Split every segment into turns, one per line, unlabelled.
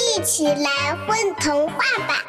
一起来混童话吧！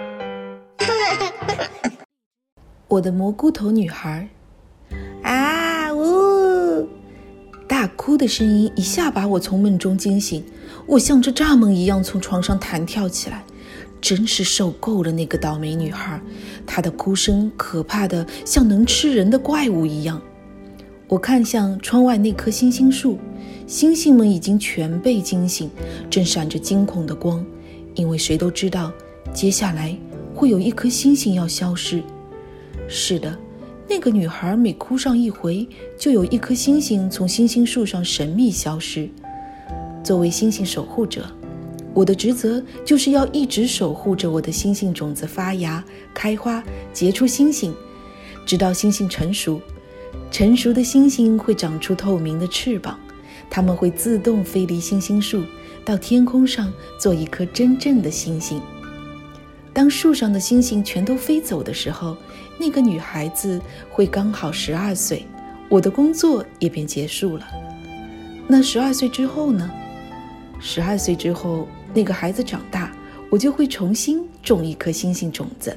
我的蘑菇头女孩。啊呜！大哭的声音一下把我从梦中惊醒，我像只蚱蜢一样从床上弹跳起来。真是受够了那个倒霉女孩，她的哭声可怕的像能吃人的怪物一样。我看向窗外那棵星星树，星星们已经全被惊醒，正闪着惊恐的光，因为谁都知道接下来会有一颗星星要消失。是的，那个女孩每哭上一回，就有一颗星星从星星树上神秘消失。作为星星守护者，我的职责就是要一直守护着我的星星种子发芽、开花、结出星星，直到星星成熟。成熟的星星会长出透明的翅膀，它们会自动飞离星星树，到天空上做一颗真正的星星。当树上的星星全都飞走的时候，那个女孩子会刚好12岁，我的工作也便结束了。那12岁之后呢？12岁之后，那个孩子长大，我就会重新种一颗星星种子。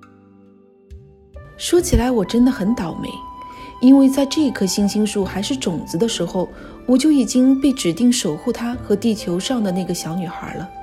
说起来我真的很倒霉，因为在这棵星星树还是种子的时候，我就已经被指定守护它和地球上的那个小女孩了。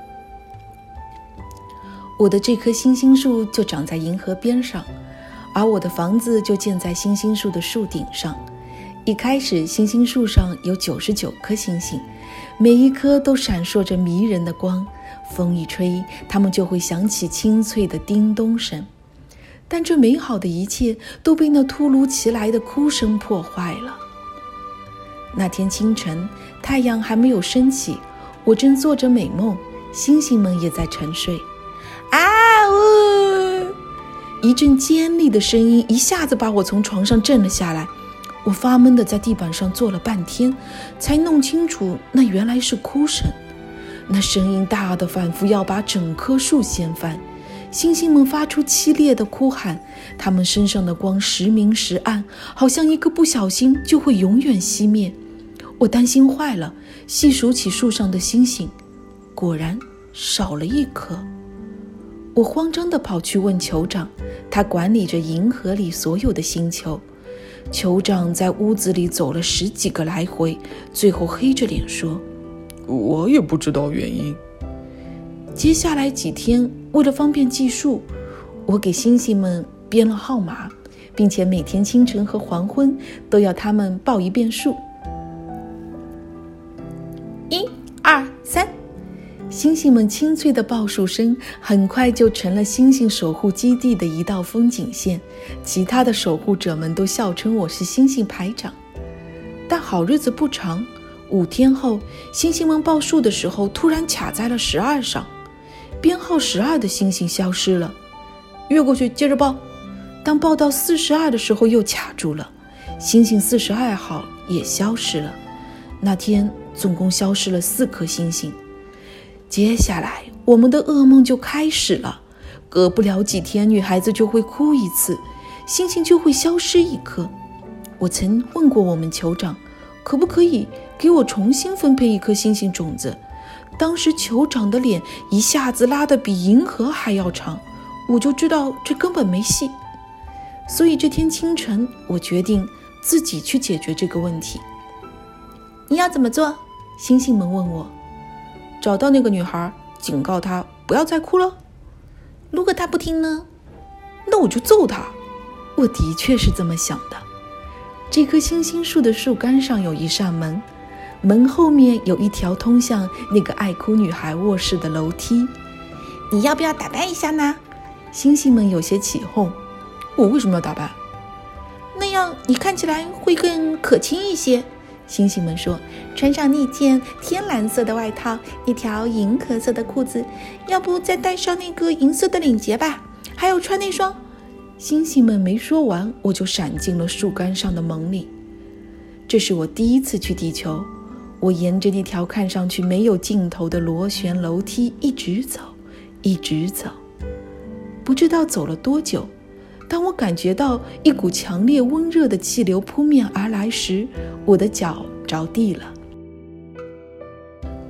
我的这棵星星树就长在银河边上，而我的房子就建在星星树的树顶上。一开始星星树上有99颗星星，每一颗都闪烁着迷人的光，风一吹，它们就会响起清脆的叮咚声。但这美好的一切都被那突如其来的哭声破坏了。那天清晨，太阳还没有升起，我正做着美梦，星星们也在沉睡。啊呜！一阵尖利的声音一下子把我从床上震了下来，我发闷地在地板上坐了半天，才弄清楚那原来是哭声。那声音大得仿佛要把整棵树掀翻，星星们发出凄烈的哭喊，它们身上的光时明时暗，好像一个不小心就会永远熄灭。我担心坏了，细数起树上的星星，果然少了一颗。我慌张地跑去问酋长，他管理着银河里所有的星球。酋长在屋子里走了10几个来回，最后黑着脸说：
我也不知道原因。
接下来几天，为了方便计数，我给星星们编了号码，并且每天清晨和黄昏都要他们报一遍数。1、2、3，星星们清脆的报数声很快就成了星星守护基地的一道风景线，其他的守护者们都笑称我是星星排长。但好日子不长，5天后，星星们报数的时候突然卡在了12上，编号12的星星消失了。越过去接着报，当报到42的时候又卡住了，星星42号也消失了。那天总共消失了4颗星星。接下来我们的噩梦就开始了，隔不了几天，女孩子就会哭一次，星星就会消失一颗。我曾问过我们酋长，可不可以给我重新分配一颗星星种子。当时酋长的脸一下子拉得比银河还要长，我就知道这根本没戏。所以这天清晨，我决定自己去解决这个问题。你要怎么做？星星们问我。找到那个女孩，警告她不要再哭了。如果她不听呢？那我就揍她。我的确是这么想的。这棵星星树的树干上有一扇门，门后面有一条通向那个爱哭女孩卧室的楼梯。你要不要打扮一下呢？星星们有些起哄。我为什么要打扮？那样你看起来会更可亲一些。星星们说，穿上那件天蓝色的外套，一条银褐色的裤子，要不再戴上那个银色的领结吧，还有穿那双。星星们没说完，我就闪进了树干上的门里。这是我第一次去地球，我沿着那条看上去没有尽头的螺旋楼梯一直走，一直走。不知道走了多久，当我感觉到一股强烈温热的气流扑面而来时，我的脚着地了。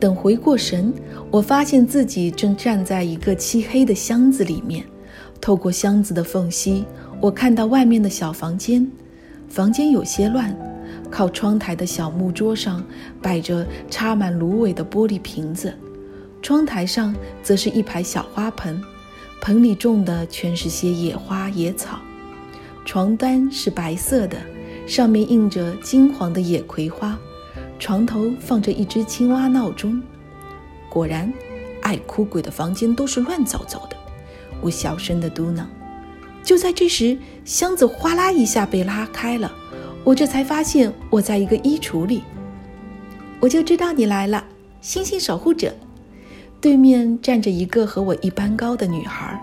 等回过神，我发现自己正站在一个漆黑的箱子里面。透过箱子的缝隙，我看到外面的小房间。房间有些乱，靠窗台的小木桌上摆着插满芦苇的玻璃瓶子，窗台上则是一排小花盆，盆里种的全是些野花野草。床单是白色的，上面印着金黄的野葵花，床头放着一只青蛙闹钟。果然，爱哭鬼的房间都是乱糟糟的，我小声地嘟囔。就在这时，箱子哗啦一下被拉开了，我这才发现我在一个衣橱里。我就知道你来了，星星守护者。对面站着一个和我一般高的女孩。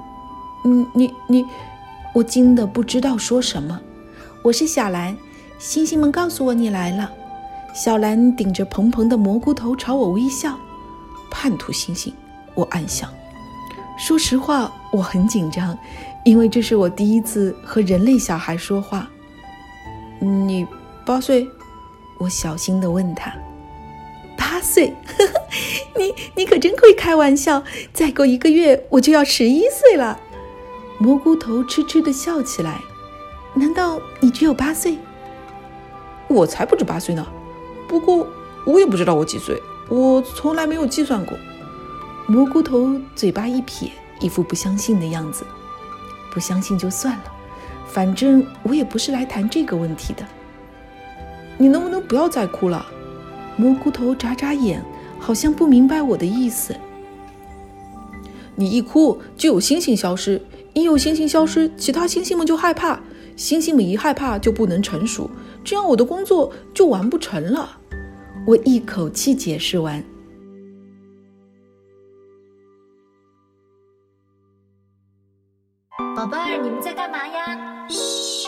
我惊得不知道说什么。我是小兰，星星们告诉我你来了。小兰顶着蓬蓬的蘑菇头朝我微笑。叛徒星星，我暗想。说实话，我很紧张，因为这是我第一次和人类小孩说话。你8岁？我小心地问他。8岁？你可真会开玩笑，再过1个月我就要11岁了。蘑菇头痴痴地笑起来。难道你只有8岁？
我才不止8岁呢，不过我也不知道我几岁，我从来没有计算过。
蘑菇头嘴巴一撇，一副不相信的样子。不相信就算了，反正我也不是来谈这个问题的。
你能不能不要再哭了？
蘑菇头眨眨眼，好像不明白我的意思。
你一哭就有星星消失，一有星星消失，其他星星们就害怕，星星们一害怕就不能成熟，这样我的工作就完不成了。
我一口气解释完。
宝贝儿，你们在干嘛呀？嘘。